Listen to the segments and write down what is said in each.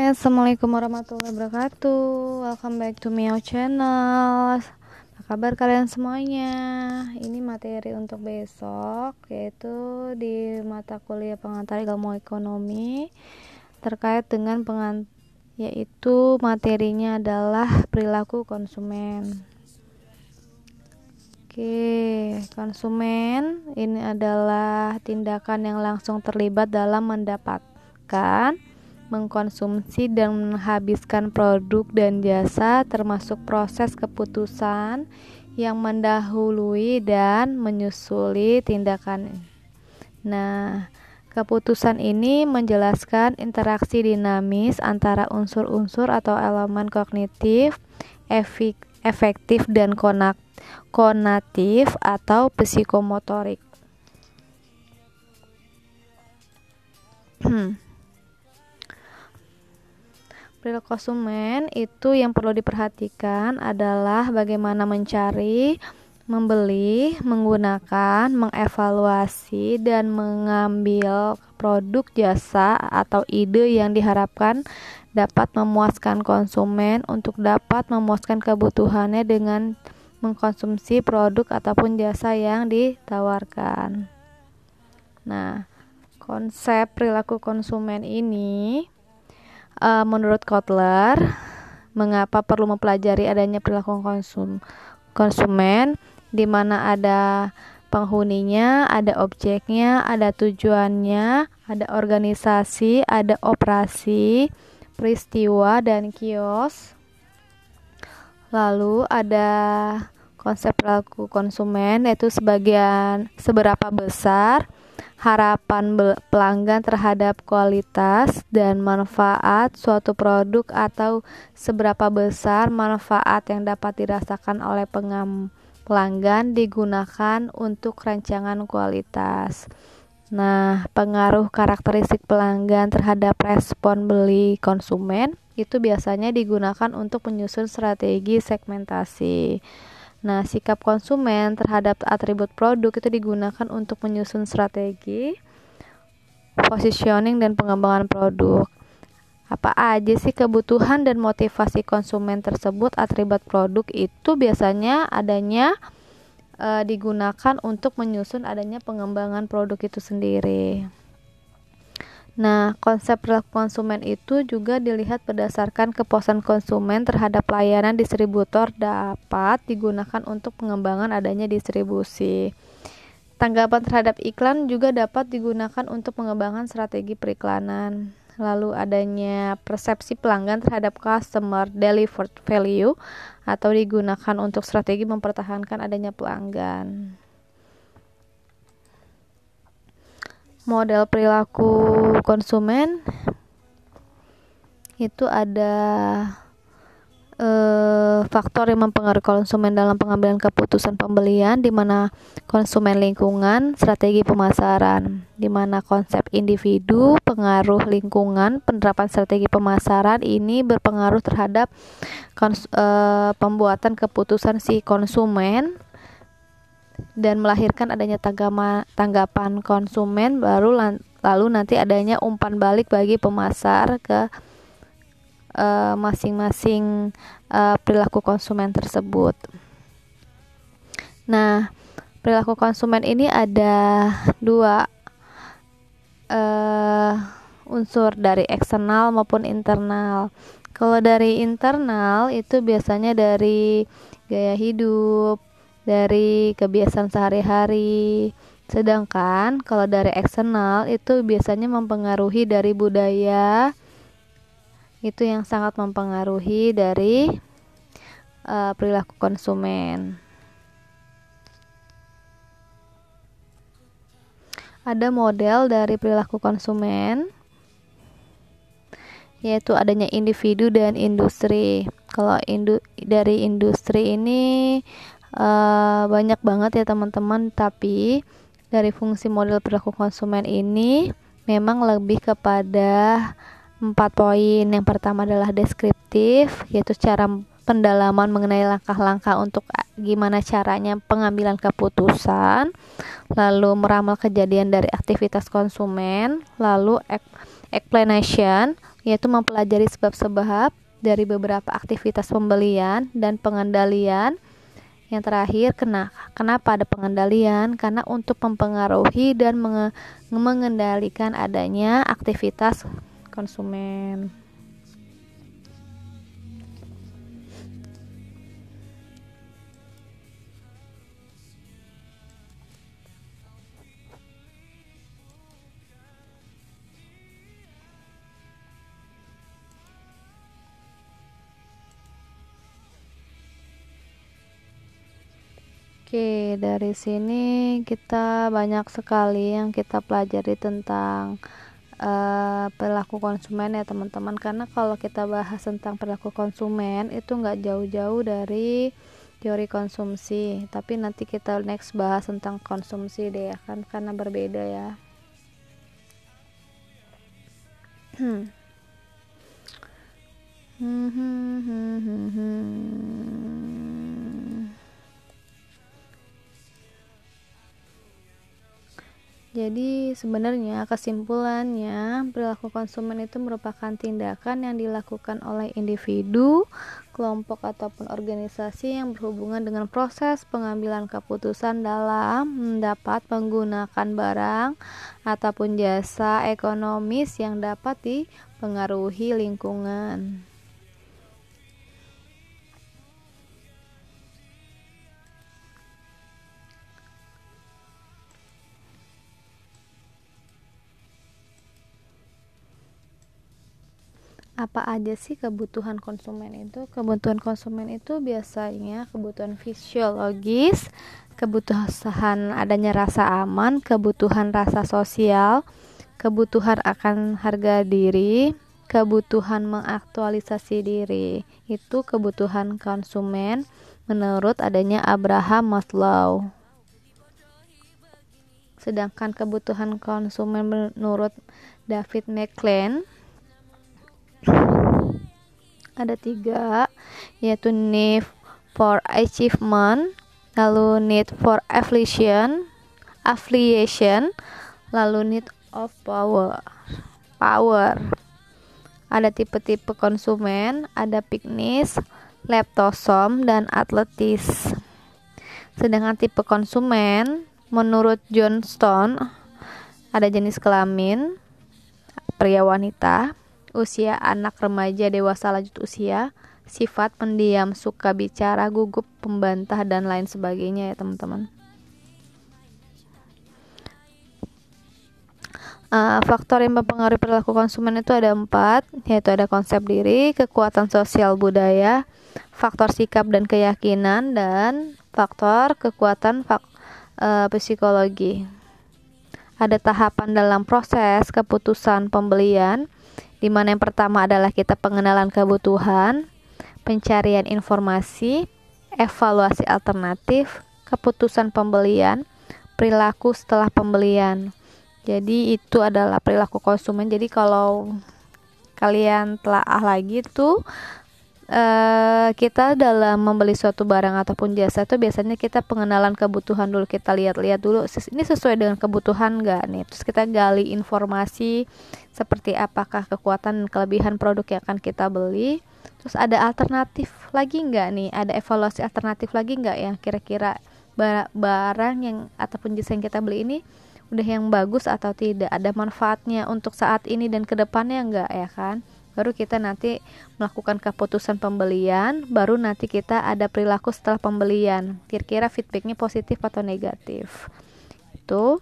Assalamualaikum warahmatullahi wabarakatuh. Welcome back to Miao Channel. Apa kabar kalian semuanya? Ini materi untuk besok, yaitu di mata kuliah pengantar ilmu ekonomi terkait dengan yaitu materinya adalah perilaku konsumen. Oke, konsumen ini adalah tindakan yang langsung terlibat dalam mendapatkan, mengkonsumsi dan menghabiskan produk dan jasa, termasuk proses keputusan yang mendahului dan menyusuli tindakan. Nah, keputusan ini menjelaskan interaksi dinamis antara unsur-unsur atau elemen kognitif, efektif dan konatif atau psikomotorik. Perilaku konsumen itu yang perlu diperhatikan adalah bagaimana mencari, membeli, menggunakan, mengevaluasi, dan mengambil produk, jasa, atau ide yang diharapkan dapat memuaskan konsumen untuk dapat memuaskan kebutuhannya dengan mengkonsumsi produk ataupun jasa yang ditawarkan. Nah, konsep perilaku konsumen ini menurut Kotler, mengapa perlu mempelajari adanya perilaku konsumen, di mana ada penghuninya, ada objeknya, ada tujuannya, ada organisasi, ada operasi, peristiwa, dan kios. Lalu ada konsep perilaku konsumen, yaitu seberapa besar harapan pelanggan terhadap kualitas dan manfaat suatu produk, atau seberapa besar manfaat yang dapat dirasakan oleh pelanggan digunakan untuk rancangan kualitas. Nah, pengaruh karakteristik pelanggan terhadap respon beli konsumen itu biasanya digunakan untuk menyusun strategi segmentasi. Nah, sikap konsumen terhadap atribut produk itu digunakan untuk menyusun strategi positioning dan pengembangan produk. Apa aja sih kebutuhan dan motivasi konsumen tersebut? Atribut produk itu biasanya digunakan untuk menyusun adanya pengembangan produk itu sendiri. Nah, konsep perilaku konsumen itu juga dilihat berdasarkan kepuasan konsumen terhadap layanan distributor dapat digunakan untuk pengembangan adanya distribusi. Tanggapan terhadap iklan juga dapat digunakan untuk pengembangan strategi periklanan. Lalu adanya persepsi pelanggan terhadap customer delivered value atau digunakan untuk strategi mempertahankan adanya pelanggan. Model perilaku konsumen itu ada faktor yang mempengaruhi konsumen dalam pengambilan keputusan pembelian, di mana konsumen lingkungan, strategi pemasaran, di mana konsep individu, pengaruh lingkungan, penerapan strategi pemasaran ini berpengaruh terhadap pembuatan keputusan si konsumen dan melahirkan adanya tanggapan konsumen, lalu nanti adanya umpan balik bagi pemasar ke masing-masing perilaku konsumen tersebut. Nah, perilaku konsumen ini ada dua unsur, dari eksternal maupun internal. Kalau dari internal itu biasanya dari gaya hidup, dari kebiasaan sehari-hari. Sedangkan kalau dari eksternal itu biasanya mempengaruhi dari budaya, itu yang sangat mempengaruhi dari perilaku konsumen. Ada model dari perilaku konsumen, yaitu adanya individu dan industri. Kalau dari industri ini banyak banget ya teman-teman, tapi dari fungsi model perilaku konsumen ini memang lebih kepada 4 poin. Yang pertama adalah deskriptif, yaitu cara pendalaman mengenai langkah-langkah untuk gimana caranya pengambilan keputusan, lalu meramal kejadian dari aktivitas konsumen, lalu explanation, yaitu mempelajari sebab-sebab dari beberapa aktivitas pembelian dan pengendalian. Yang terakhir, kenapa ada pengendalian? Karena untuk mempengaruhi dan mengendalikan adanya aktivitas konsumen. Oke, dari sini kita banyak sekali yang kita pelajari tentang perilaku konsumen ya teman-teman, karena kalau kita bahas tentang perilaku konsumen itu nggak jauh-jauh dari teori konsumsi, tapi nanti kita next bahas tentang konsumsi deh ya kan, karena berbeda ya. Jadi sebenarnya kesimpulannya, perilaku konsumen itu merupakan tindakan yang dilakukan oleh individu, kelompok ataupun organisasi yang berhubungan dengan proses pengambilan keputusan dalam mendapat menggunakan barang ataupun jasa ekonomis yang dapat dipengaruhi lingkungan. Apa aja sih kebutuhan konsumen itu? Kebutuhan konsumen itu biasanya kebutuhan fisiologis, kebutuhan adanya rasa aman, kebutuhan rasa sosial, kebutuhan akan harga diri, kebutuhan mengaktualisasi diri. Itu kebutuhan konsumen menurut adanya Abraham Maslow. Sedangkan kebutuhan konsumen menurut David McLean ada 3, yaitu need for achievement, lalu need for affiliation, lalu need of power. Ada tipe-tipe konsumen, ada piknis, leptosom, dan atletis. Sedangkan tipe konsumen menurut John Stone ada jenis kelamin, pria wanita, usia anak, remaja, dewasa, lanjut usia, sifat pendiam, suka bicara, gugup, pembantah, dan lain sebagainya ya teman-teman. Faktor yang mempengaruhi perilaku konsumen itu ada 4, yaitu ada konsep diri, kekuatan sosial budaya, faktor sikap dan keyakinan, dan faktor kekuatan psikologi. Ada tahapan dalam proses keputusan pembelian, di mana yang pertama adalah kita pengenalan kebutuhan, pencarian informasi, evaluasi alternatif, keputusan pembelian, perilaku setelah pembelian. Jadi itu adalah perilaku konsumen. Jadi kalau kalian telaah lagi tuh, kita dalam membeli suatu barang ataupun jasa itu biasanya kita pengenalan kebutuhan dulu, kita lihat-lihat dulu ini sesuai dengan kebutuhan nggak nih, terus kita gali informasi seperti apakah kekuatan dan kelebihan produk yang akan kita beli, terus ada alternatif lagi nggak nih, ada evaluasi alternatif lagi nggak ya, kira-kira barang yang ataupun jasa yang kita beli ini udah yang bagus atau tidak, ada manfaatnya untuk saat ini dan kedepannya nggak ya kan. Baru kita nanti melakukan keputusan pembelian, baru nanti kita ada perilaku setelah pembelian, kira-kira feedbacknya positif atau negatif itu.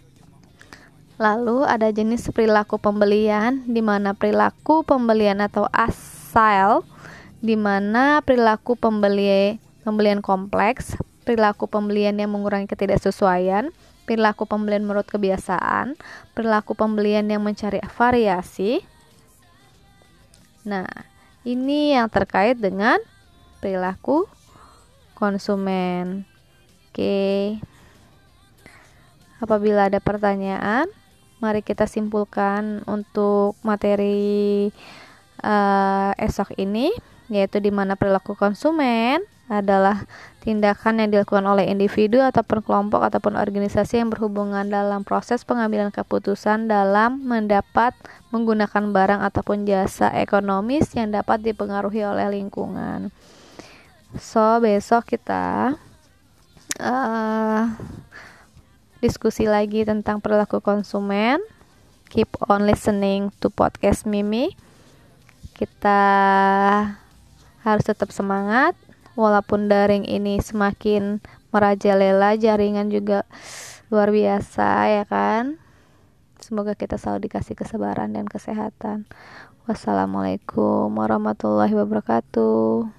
Lalu ada jenis perilaku pembelian, di mana perilaku pembelian atau asile, di mana perilaku pembelian kompleks, perilaku pembelian yang mengurangi ketidaksesuaian, perilaku pembelian menurut kebiasaan, perilaku pembelian yang mencari variasi. Nah, ini yang terkait dengan perilaku konsumen. Oke. Apabila ada pertanyaan, mari kita simpulkan untuk materi esok ini, yaitu di mana perilaku konsumen adalah tindakan yang dilakukan oleh individu ataupun kelompok ataupun organisasi yang berhubungan dalam proses pengambilan keputusan dalam mendapat menggunakan barang ataupun jasa ekonomis yang dapat dipengaruhi oleh lingkungan. So, besok kita diskusi lagi tentang perilaku konsumen. Keep on listening to podcast Mimi. Kita harus tetap semangat. Walaupun daring ini semakin merajalela, jaringan juga luar biasa ya kan. Semoga kita selalu dikasih kesabaran dan kesehatan. Wassalamualaikum warahmatullahi wabarakatuh.